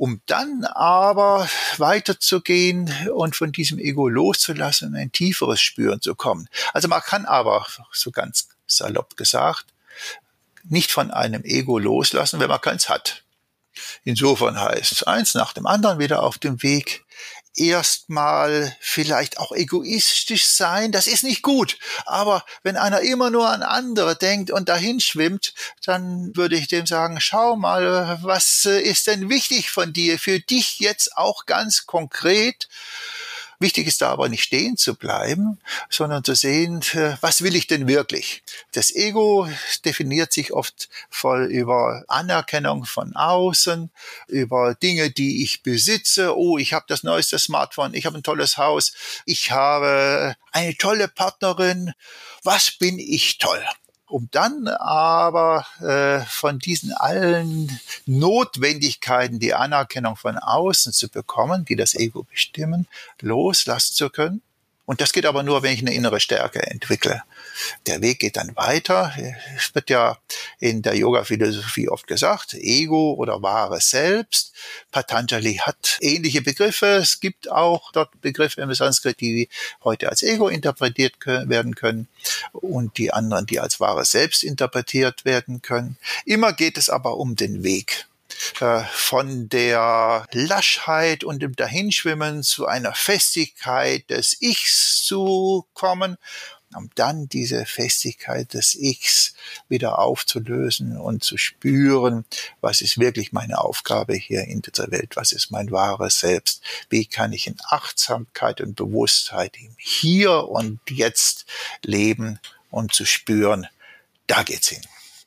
um dann aber weiterzugehen und von diesem Ego loszulassen und ein tieferes Spüren zu kommen. Also man kann aber, so ganz salopp gesagt, nicht von einem Ego loslassen, wenn man keins hat. Insofern heißt eins nach dem anderen wieder auf dem Weg. Erstmal vielleicht auch egoistisch sein, das ist nicht gut. Aber wenn einer immer nur an andere denkt und dahin schwimmt, dann würde ich dem sagen, schau mal, was ist denn wichtig von dir, für dich jetzt auch ganz konkret? Wichtig ist da aber nicht stehen zu bleiben, sondern zu sehen, was will ich denn wirklich? Das Ego definiert sich oft voll über Anerkennung von außen, über Dinge, die ich besitze. Oh, ich habe das neueste Smartphone, ich habe ein tolles Haus, ich habe eine tolle Partnerin. Was bin ich toll? Um dann aber äh, von diesen allen Notwendigkeiten, die Anerkennung von außen zu bekommen, die das Ego bestimmen, loslassen zu können. Und das geht aber nur, wenn ich eine innere Stärke entwickle. Der Weg geht dann weiter. Es wird ja in der Yoga-Philosophie oft gesagt, Ego oder wahres Selbst. Patanjali hat ähnliche Begriffe. Es gibt auch dort Begriffe im Sanskrit, die heute als Ego interpretiert werden können und die anderen, die als wahres Selbst interpretiert werden können. Immer geht es aber um den Weg. Von der Laschheit und dem Dahinschwimmen zu einer Festigkeit des Ichs zu kommen, um dann diese Festigkeit des Ichs wieder aufzulösen und zu spüren, was ist wirklich meine Aufgabe hier in dieser Welt, was ist mein wahres Selbst, wie kann ich in Achtsamkeit und Bewusstheit im Hier und Jetzt leben und zu spüren, da geht's hin.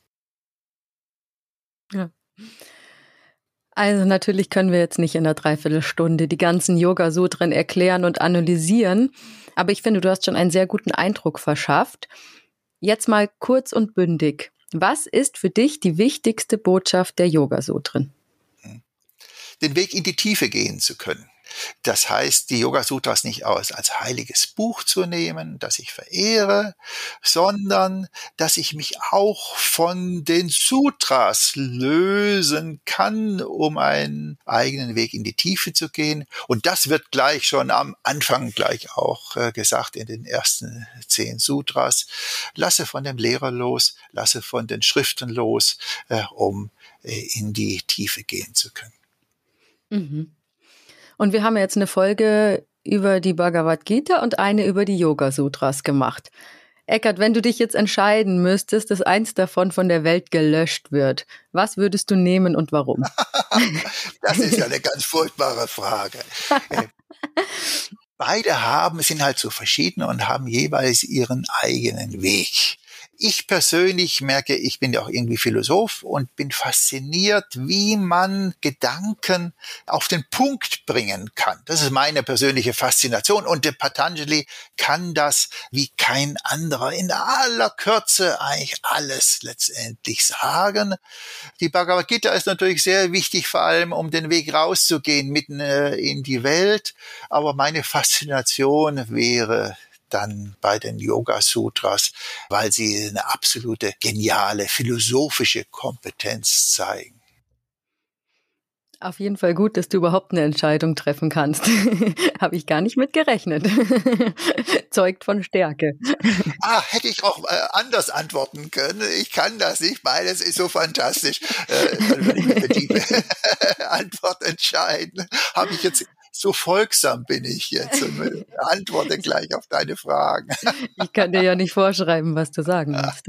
Ja. Also natürlich können wir jetzt nicht in einer Dreiviertelstunde die ganzen Yoga-Sutren erklären und analysieren, aber ich finde, du hast schon einen sehr guten Eindruck verschafft. Jetzt mal kurz und bündig. Was ist für dich die wichtigste Botschaft der Yoga-Sutren? Den Weg in die Tiefe gehen zu können. Das heißt, die Yoga-Sutras nicht aus als heiliges Buch zu nehmen, das ich verehre, sondern dass ich mich auch von den Sutras lösen kann, um einen eigenen Weg in die Tiefe zu gehen. Und das wird gleich schon am Anfang gleich auch äh, gesagt in den ersten zehn Sutras. Lasse von dem Lehrer los, lasse von den Schriften los, äh, um äh, in die Tiefe gehen zu können. Mhm. Und wir haben jetzt eine Folge über die Bhagavad Gita und eine über die Yoga-Sutras gemacht. Eckhard, wenn du dich jetzt entscheiden müsstest, dass eins davon von der Welt gelöscht wird, was würdest du nehmen und warum? Das ist ja eine ganz furchtbare Frage. Beide haben, sind halt so verschieden und haben jeweils ihren eigenen Weg. Ich persönlich merke, ich bin ja auch irgendwie Philosoph und bin fasziniert, wie man Gedanken auf den Punkt bringen kann. Das ist meine persönliche Faszination und der Patanjali kann das wie kein anderer in aller Kürze eigentlich alles letztendlich sagen. Die Bhagavad Gita ist natürlich sehr wichtig, vor allem um den Weg rauszugehen mitten in die Welt, aber meine Faszination wäre dann bei den Yoga-Sutras, weil sie eine absolute geniale philosophische Kompetenz zeigen. Auf jeden Fall gut, dass du überhaupt eine Entscheidung treffen kannst. Habe ich gar nicht mit gerechnet. Zeugt von Stärke. Ah, hätte ich auch äh, anders antworten können. Ich kann das nicht, beides ist so fantastisch. Äh, dann würde ich mich für die Antwort entscheiden. Habe ich jetzt so folgsam bin ich jetzt und antworte gleich auf deine Fragen. Ich kann dir ja nicht vorschreiben, was du sagen musst.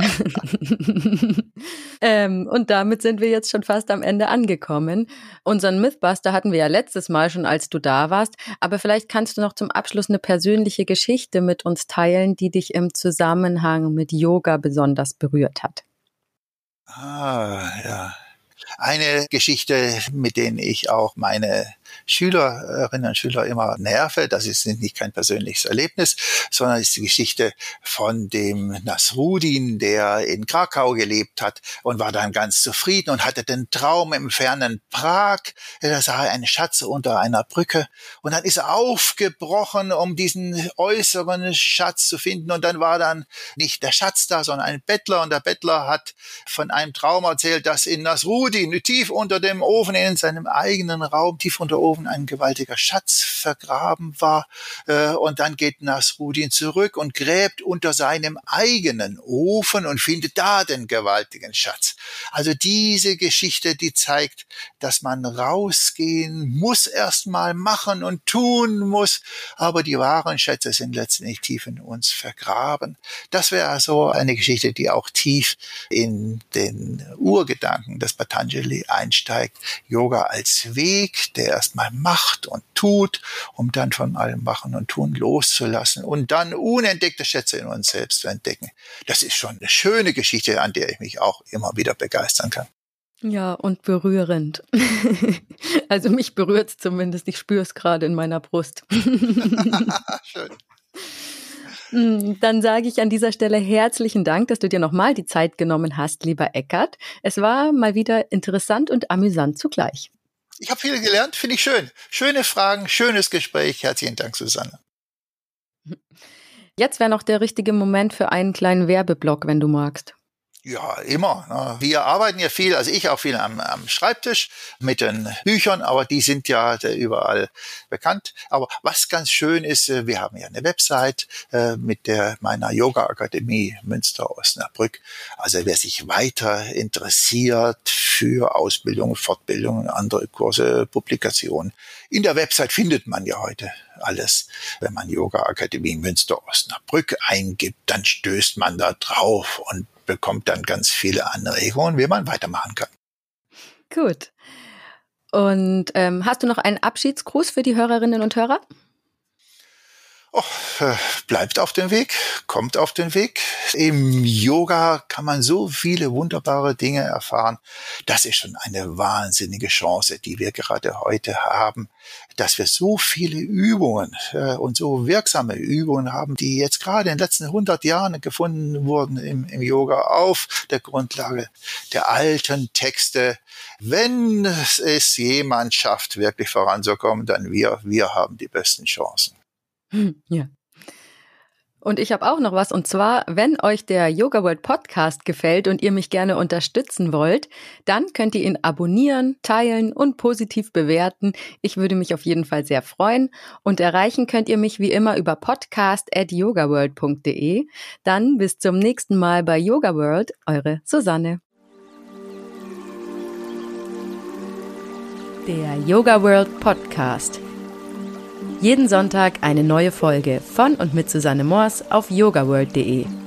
ähm, und damit sind wir jetzt schon fast am Ende angekommen. Unseren Mythbuster hatten wir ja letztes Mal schon, als du da warst. Aber vielleicht kannst du noch zum Abschluss eine persönliche Geschichte mit uns teilen, die dich im Zusammenhang mit Yoga besonders berührt hat. Ah, ja. Eine Geschichte, mit der ich auch meine Schülerinnen und Schüler immer nerve. Das ist nicht kein persönliches Erlebnis, sondern ist die Geschichte von dem Nasruddin, der in Krakau gelebt hat und war dann ganz zufrieden und hatte den Traum im fernen Prag. Da sah er einen Schatz unter einer Brücke und dann ist er aufgebrochen, um diesen äußeren Schatz zu finden, und dann war dann nicht der Schatz da, sondern ein Bettler, und der Bettler hat von einem Traum erzählt, dass in Nasruddin tief unter dem Ofen, in seinem eigenen Raum, tief unter Ofen ein gewaltiger Schatz vergraben war, und dann geht Nasruddin zurück und gräbt unter seinem eigenen Ofen und findet da den gewaltigen Schatz. Also diese Geschichte, die zeigt, dass man rausgehen muss, erstmal machen und tun muss, aber die wahren Schätze sind letztendlich tief in uns vergraben. Das wäre also eine Geschichte, die auch tief in den Urgedanken des Patanjali einsteigt. Yoga als Weg, der erstmal macht und tut, um dann von allem Machen und Tun loszulassen und dann unentdeckte Schätze in uns selbst zu entdecken. Das ist schon eine schöne Geschichte, an der ich mich auch immer wieder begeistern kann. Ja, und berührend. Also mich berührt es zumindest. Ich spüre es gerade in meiner Brust. Schön. Dann sage ich an dieser Stelle herzlichen Dank, dass du dir nochmal die Zeit genommen hast, lieber Eckart. Es war mal wieder interessant und amüsant zugleich. Ich habe viel gelernt, finde ich schön. Schöne Fragen, schönes Gespräch. Herzlichen Dank, Susanne. Jetzt wäre noch der richtige Moment für einen kleinen Werbeblock, wenn du magst. Ja, immer. Wir arbeiten ja viel, also ich auch viel am, am Schreibtisch mit den Büchern, aber die sind ja überall bekannt. Aber was ganz schön ist, wir haben ja eine Website mit der meiner Yoga-Akademie Münster-Osnabrück. Also wer sich weiter interessiert für Ausbildung, Fortbildung, andere Kurse, Publikationen. In der Website findet man ja heute alles. Wenn man Yoga-Akademie Münster-Osnabrück eingibt, dann stößt man da drauf und bekommt dann ganz viele Anregungen, wie man weitermachen kann. Gut. Und ähm, hast du noch einen Abschiedsgruß für die Hörerinnen und Hörer? Oh, bleibt auf dem Weg, kommt auf den Weg. Im Yoga kann man so viele wunderbare Dinge erfahren. Das ist schon eine wahnsinnige Chance, die wir gerade heute haben, dass wir so viele Übungen äh, und so wirksame Übungen haben, die jetzt gerade in den letzten hundert Jahren gefunden wurden im, im Yoga auf der Grundlage der alten Texte. Wenn es jemand schafft, wirklich voranzukommen, dann wir, wir haben die besten Chancen. Ja. Und ich habe auch noch was, und zwar, wenn euch der Yoga World Podcast gefällt und ihr mich gerne unterstützen wollt, dann könnt ihr ihn abonnieren, teilen und positiv bewerten. Ich würde mich auf jeden Fall sehr freuen, und erreichen könnt ihr mich wie immer über podcast at yogaworld punkt de. Dann bis zum nächsten Mal bei Yoga World, eure Susanne. Der Yoga World Podcast. Jeden Sonntag eine neue Folge von und mit Susanne Moors auf yogaworld punkt de.